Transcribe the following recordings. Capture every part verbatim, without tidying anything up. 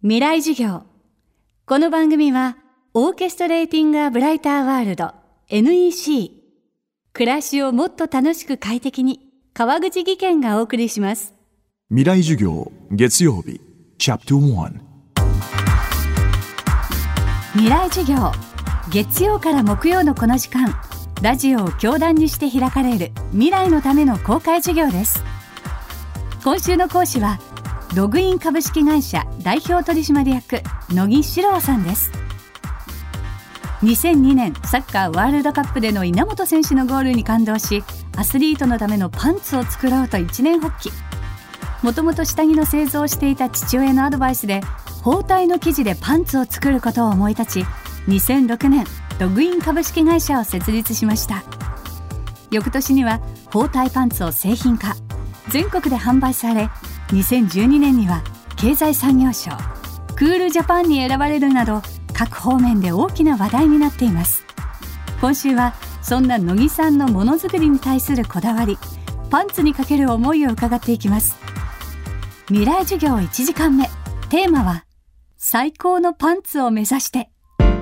未来授業。この番組はオーケストレーティング・ア・ブライター・ワールド エヌイーシー 暮らしをもっと楽しく快適に川口義賢がお送りします。 未来授業月曜日チャプターワン未来授業月曜から木曜のこの時間、ラジオを教壇にして開かれる未来のための公開授業です。今週の講師はログイン株式会社代表取締役野木史郎さんです。にせんにねんサッカーワールドカップでの稲本選手のゴールに感動し、アスリートのためのパンツを作ろうと一念発起。もともと下着の製造をしていた父親のアドバイスで包帯の生地でパンツを作ることを思い立ち、にせんろくねんログイン株式会社を設立しました。翌年には包帯パンツを製品化、全国で販売され、にせんじゅうにねんには経済産業省クールジャパンに選ばれるなど、各方面で大きな話題になっています。今週はそんな野木さんのものづくりに対するこだわり、パンツにかける思いを伺っていきます。未来授業いちじかんめ、テーマは最高のパンツを目指して。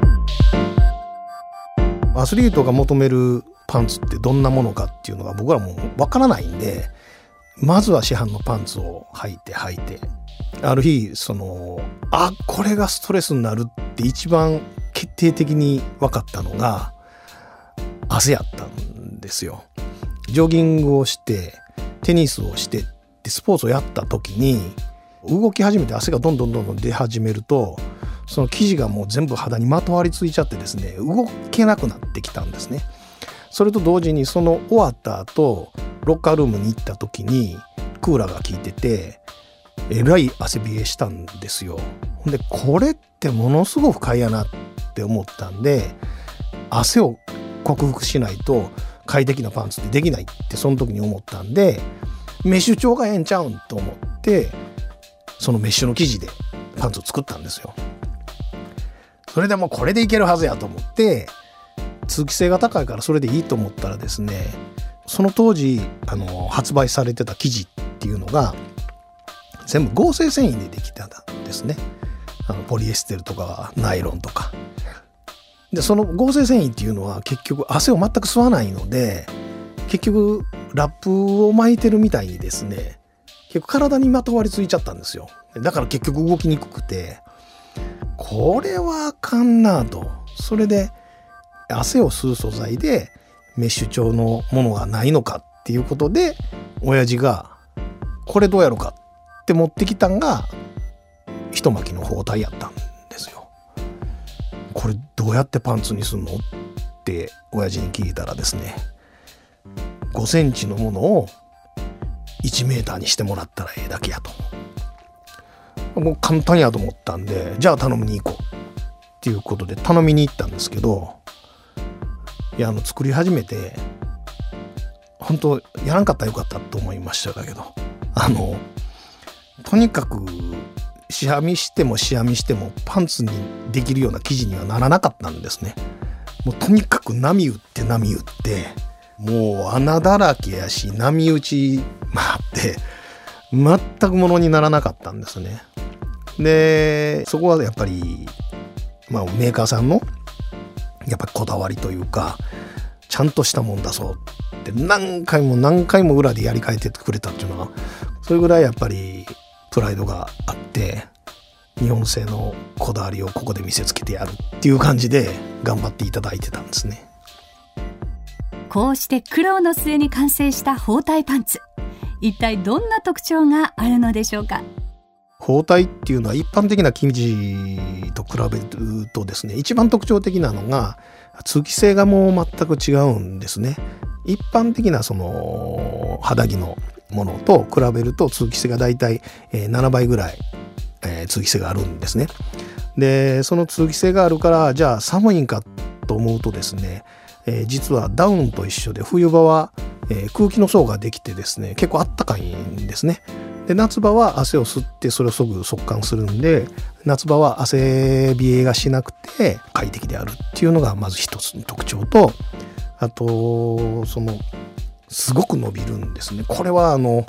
アスリートが求めるパンツってどんなものかっていうのが僕らもわからないんで、まずは市販のパンツを履いて履いて、ある日そのあこれがストレスになるって一番決定的に分かったのが汗やったんですよ。ジョギングをしてテニスをしてでスポーツをやった時に動き始めて汗がどんどんどんどん出始めると、その生地がもう全部肌にまとわりついちゃってですね、動けなくなってきたんですね。それと同時にその終わった後ロッカールームに行った時にクーラーが効いててえらい汗冷えしたんですよ。でこれってものすごく不快やなって思ったんで、汗を克服しないと快適なパンツってできないってその時に思ったんで、メッシュ調がええんちゃうんと思って、そのメッシュの生地でパンツを作ったんですよ。それでもこれでいけるはずやと思って、通気性が高いからそれでいいと思ったらですね、その当時あの発売されてた生地っていうのが全部合成繊維でできてたんですね。あのポリエステルとかナイロンとかで、その合成繊維っていうのは結局汗を全く吸わないので、結局ラップを巻いてるみたいにですね、結構体にまとわりついちゃったんですよ。だから結局動きにくくて、これはあかんなと。それで汗を吸う素材でメッシュ調のものがないのかっていうことで、親父がこれどうやろうかって持ってきたんが一巻きの包帯やったんですよ。これどうやってパンツにすんのって親父に聞いたらですね、ごセンチのものをいちメーターにしてもらったらええだけやと。もう簡単やと思ったんで、じゃあ頼みに行こうっていうことで頼みに行ったんですけど、いやあの作り始めて本当やらんかったらよかったと思いましただけど、あのとにかく試編みしても試編みしてもパンツにできるような生地にはならなかったんですね。もうとにかく波打って波打ってもう穴だらけやし、波打ち回って全くものにならなかったんですね。でそこはやっぱり、まあ、メーカーさんのやっぱりこだわりというか、ちゃんとしたもんだそうって何回も何回も裏でやり替えてくれたっていうのは、それぐらいやっぱりプライドがあって、日本製のこだわりをここで見せつけてやるっていう感じで頑張っていただいてたんですね。 こうして苦労の末に完成した包帯パンツ、一体どんな特徴があるのでしょうか。 包帯っていうのは一般的な生地と比べるとですね、一番特徴的なのが通気性がもう全く違うんですね。一般的なその肌着のものと比べると通気性がだいたいななばいぐらい通気性があるんですね。でその通気性があるから、じゃあ寒いんかと思うとですね、えー、実はダウンと一緒で冬場は、えー、空気の層ができてですね、結構あったかいんですね。で夏場は汗を吸ってそれをすぐ速乾するんで、夏場は汗冷えがしなくて快適であるっていうのがまず一つの特徴と、あとそのすごく伸びるんですね。これはあの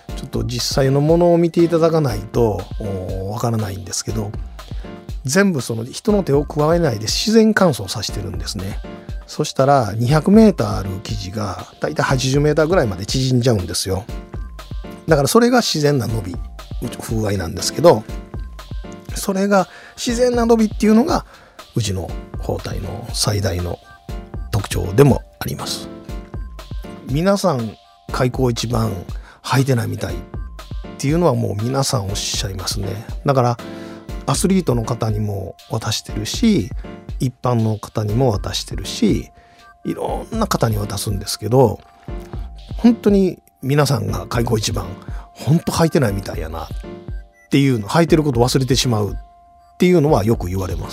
ちょっと実際のものを見ていただかないとわからないんですけど、全部その人の手を加えないで自然乾燥させてるんですね。そしたらにひゃくメーターある生地がだいたいはちじゅうメーターぐらいまで縮んじゃうんですよ。だからそれが自然な伸び風合いなんですけど、それが自然な伸びっていうのがうちの包帯の最大の特徴でもあります。皆さん開口一番履いてないみたいっていうのはもう皆さんおっしゃいますね。だからアスリートの方にも渡してるし、一般の方にも渡してるし、いろんな方に渡すんですけど、本当に皆さんが開口一番本当履いてないみたいやなっていうの、履いてること忘れてしまうっていうのはよく言われます。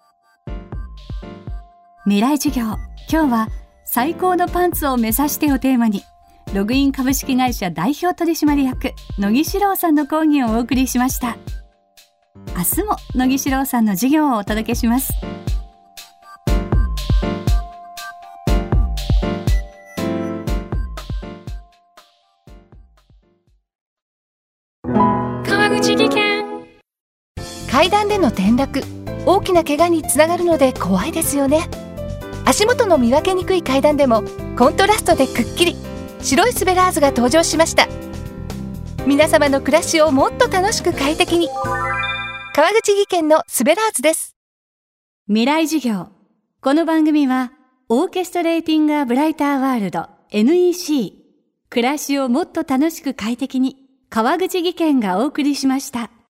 未来授業、今日は最高のパンツを目指してをテーマに、ログイン株式会社代表取締役野木史郎さんの講義をお送りしました。明日も野木史郎さんの授業をお届けします。 川口技研。階段での転落、大きな怪我につながるので怖いですよね。足元の見分けにくい階段でもコントラストでくっきり白いスベラーズが登場しました。皆様の暮らしをもっと楽しく快適に、川口技研のスベラーズです。 未来授業、この番組はオーケストレーティングアブライターワールド エヌイーシー、 暮らしをもっと楽しく快適に、川口技研がお送りしました。